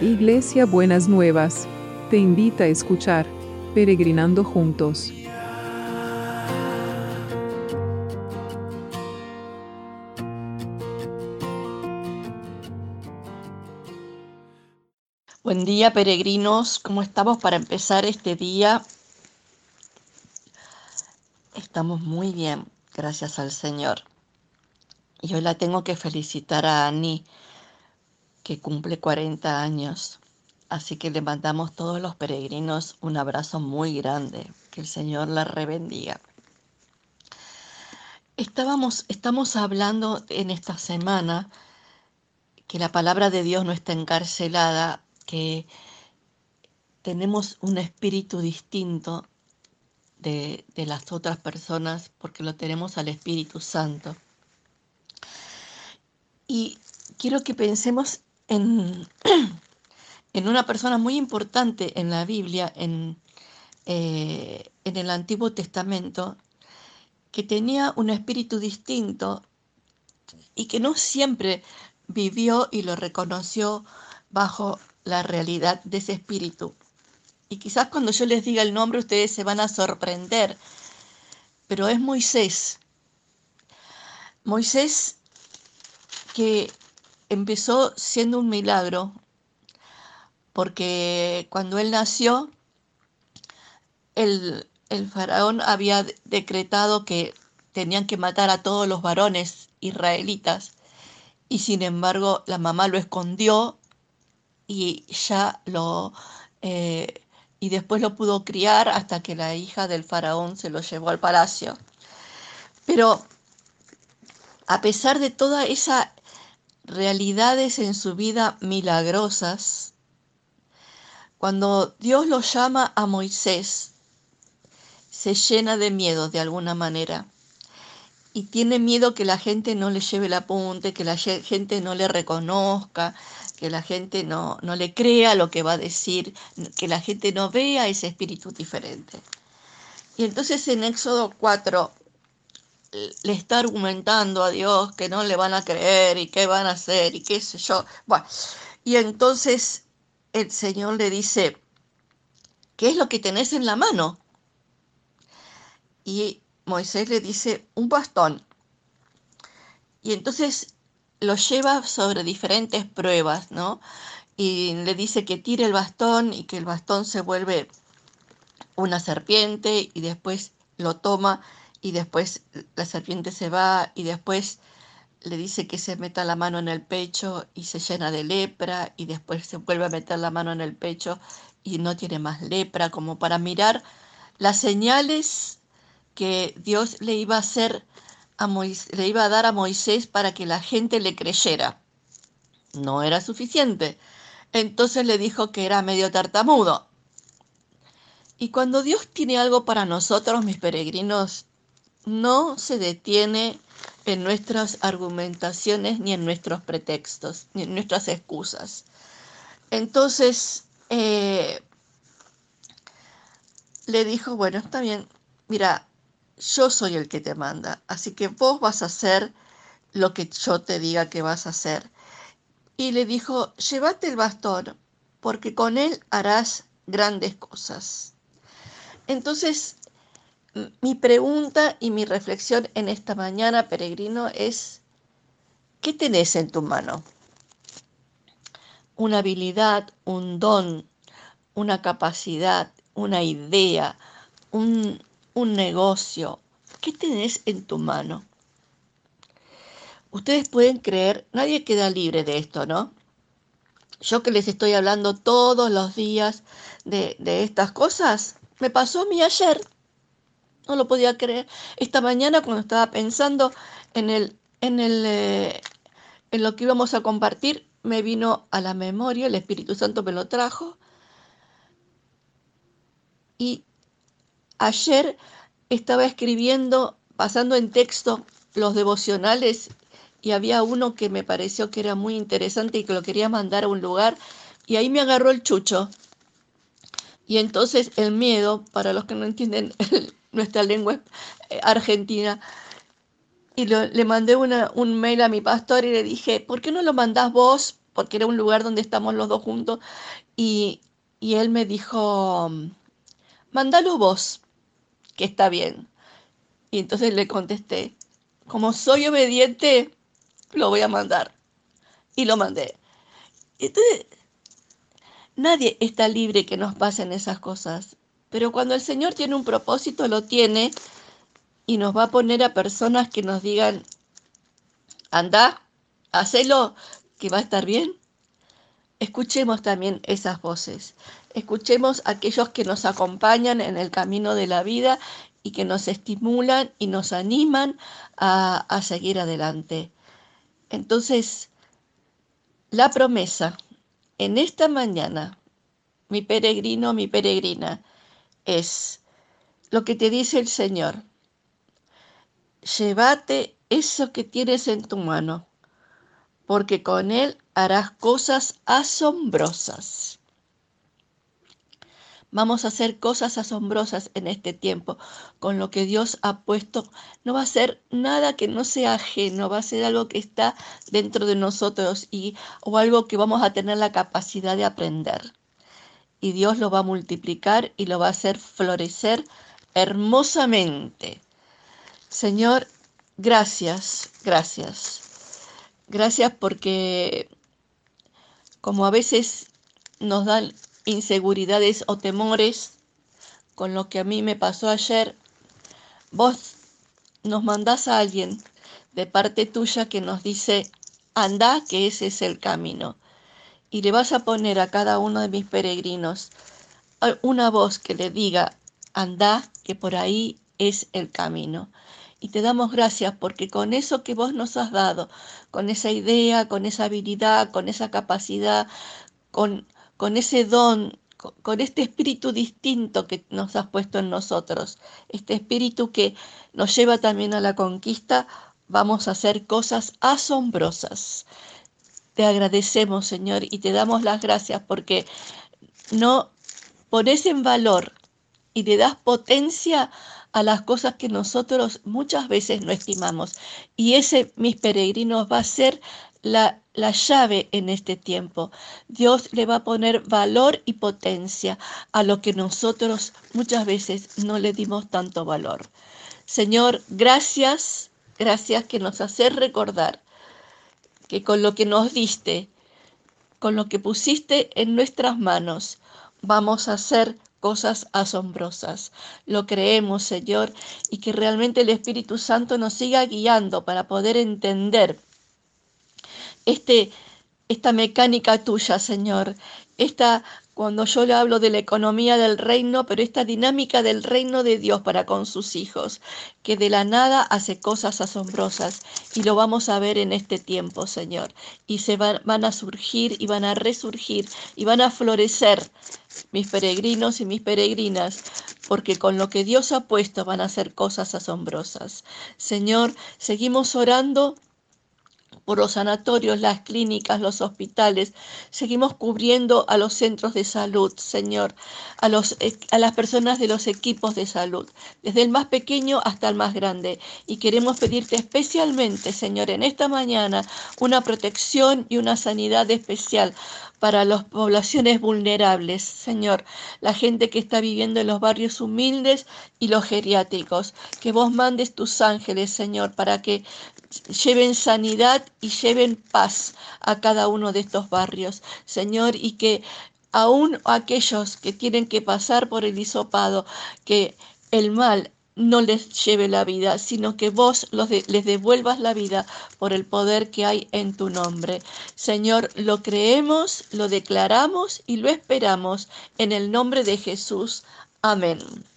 Iglesia Buenas Nuevas, te invita a escuchar Peregrinando Juntos. Buen día, peregrinos. ¿Cómo estamos para empezar este día? Estamos muy bien, gracias al Señor. Y hoy la tengo que felicitar a Ani, que cumple 40 años. Así que le mandamos todos los peregrinos un abrazo muy grande. Que el Señor la rebendiga. Estamos hablando en esta semana que la palabra de Dios no está encarcelada, que tenemos un espíritu distinto de las otras personas porque lo tenemos al Espíritu Santo. Y quiero que pensemos en una persona muy importante en la Biblia, en el Antiguo Testamento, que tenía un espíritu distinto y que no siempre vivió y lo reconoció bajo la realidad de ese espíritu. Y quizás cuando yo les diga el nombre ustedes se van a sorprender, pero es Moisés. Moisés, que empezó siendo un milagro, porque cuando él nació, el faraón había decretado que tenían que matar a todos los varones israelitas, y sin embargo la mamá lo escondió y eh, y después lo pudo criar hasta que la hija del faraón se lo llevó al palacio. Pero a pesar de todas esas realidades en su vida milagrosas, cuando Dios lo llama a Moisés, se llena de miedo de alguna manera y tiene miedo que la gente no le lleve el apunte, que la gente no le reconozca, que la gente no le crea lo que va a decir, que la gente no vea ese espíritu diferente. Y entonces en Éxodo 4 le está argumentando a Dios que no le van a creer y qué van a hacer y qué sé yo. Bueno, y entonces el Señor le dice, ¿qué es lo que tenés en la mano? Y Moisés le dice, un bastón. Y entonces lo lleva sobre diferentes pruebas, ¿no? Y le dice que tire el bastón y que el bastón se vuelve una serpiente y después lo toma y después la serpiente se va y después le dice que se meta la mano en el pecho y se llena de lepra y después se vuelve a meter la mano en el pecho y no tiene más lepra, como para mirar las señales que Dios le iba a hacer le iba a dar a Moisés para que la gente le creyera. No era suficiente. Entonces le dijo que era medio tartamudo. Y cuando Dios tiene algo para nosotros, mis peregrinos, no se detiene en nuestras argumentaciones, ni en nuestros pretextos, ni en nuestras excusas. Entonces le dijo, bueno, está bien, mira, yo soy el que te manda, así que vos vas a hacer lo que yo te diga que vas a hacer. Y le dijo, llévate el bastón, porque con él harás grandes cosas. Entonces, mi pregunta y mi reflexión en esta mañana, peregrino, es, ¿qué tenés en tu mano? Una habilidad, un don, una capacidad, una idea, un, un negocio. ¿Qué tenés en tu mano? Ustedes pueden creer, nadie queda libre de esto, ¿no? Yo que les estoy hablando todos los días de estas cosas, me pasó a mí ayer. No lo podía creer. Esta mañana cuando estaba pensando en en lo que íbamos a compartir, me vino a la memoria, el Espíritu Santo me lo trajo. Y ayer estaba escribiendo, pasando en texto los devocionales, y había uno que me pareció que era muy interesante y que lo quería mandar a un lugar, y ahí me agarró el chucho. Y entonces el miedo, para los que no entienden nuestra lengua argentina, y le mandé un mail a mi pastor y le dije, ¿por qué no lo mandás vos? porque era un lugar donde estamos los dos juntos, y, y él me dijo, mándalo vos, que está bien. Y entonces le contesté, como soy obediente, lo voy a mandar. Y lo mandé. Entonces, nadie está libre que nos pasen esas cosas. Pero cuando el Señor tiene un propósito, lo tiene y nos va a poner a personas que nos digan, anda, hacelo, que va a estar bien. Escuchemos también esas voces. Escuchemos a aquellos que nos acompañan en el camino de la vida y que nos estimulan y nos animan a seguir adelante. Entonces, la promesa en esta mañana, mi peregrino, mi peregrina, es lo que te dice el Señor. Llévate eso que tienes en tu mano, porque con él harás cosas asombrosas. Vamos a hacer cosas asombrosas en este tiempo con lo que Dios ha puesto. No va a ser nada que no sea ajeno, va a ser algo que está dentro de nosotros o algo que vamos a tener la capacidad de aprender. Y Dios lo va a multiplicar y lo va a hacer florecer hermosamente. Señor, gracias, gracias. Gracias porque como a veces nos dan inseguridades o temores con lo que a mí me pasó ayer, vos nos mandás a alguien de parte tuya que nos dice, anda, que ese es el camino. Y le vas a poner a cada uno de mis peregrinos una voz que le diga, anda, que por ahí es el camino. Y te damos gracias porque con eso que vos nos has dado, con esa idea, con esa habilidad, con esa capacidad, con ese don, con este espíritu distinto que nos has puesto en nosotros, este espíritu que nos lleva también a la conquista, vamos a hacer cosas asombrosas. Te agradecemos, Señor, y te damos las gracias porque no pones en valor y le das potencia a las cosas que nosotros muchas veces no estimamos. Y ese, mis peregrinos, va a ser la llave en este tiempo. Dios le va a poner valor y potencia a lo que nosotros muchas veces no le dimos tanto valor. Señor, gracias, gracias que nos haces recordar que con lo que nos diste, con lo que pusiste en nuestras manos, vamos a hacer cosas asombrosas. Lo creemos, Señor, y que realmente el Espíritu Santo nos siga guiando para poder entender esta mecánica tuya, Señor, cuando yo le hablo de la economía del reino, pero esta dinámica del reino de Dios para con sus hijos, que de la nada hace cosas asombrosas y lo vamos a ver en este tiempo, Señor. Y van a surgir y van a resurgir y van a florecer mis peregrinos y mis peregrinas, porque con lo que Dios ha puesto van a hacer cosas asombrosas. Señor, seguimos orando por los sanatorios, las clínicas, los hospitales. Seguimos cubriendo a los centros de salud, Señor, a las personas de los equipos de salud, desde el más pequeño hasta el más grande. Y queremos pedirte especialmente, Señor, en esta mañana, una protección y una sanidad especial para las poblaciones vulnerables, Señor, la gente que está viviendo en los barrios humildes y los geriátricos. Que vos mandes tus ángeles, Señor, para que lleven sanidad y lleven paz a cada uno de estos barrios, Señor, y que aún aquellos que tienen que pasar por el hisopado, que el mal no les lleve la vida, sino que vos les devuelvas la vida por el poder que hay en tu nombre. Señor, lo creemos, lo declaramos y lo esperamos en el nombre de Jesús. Amén.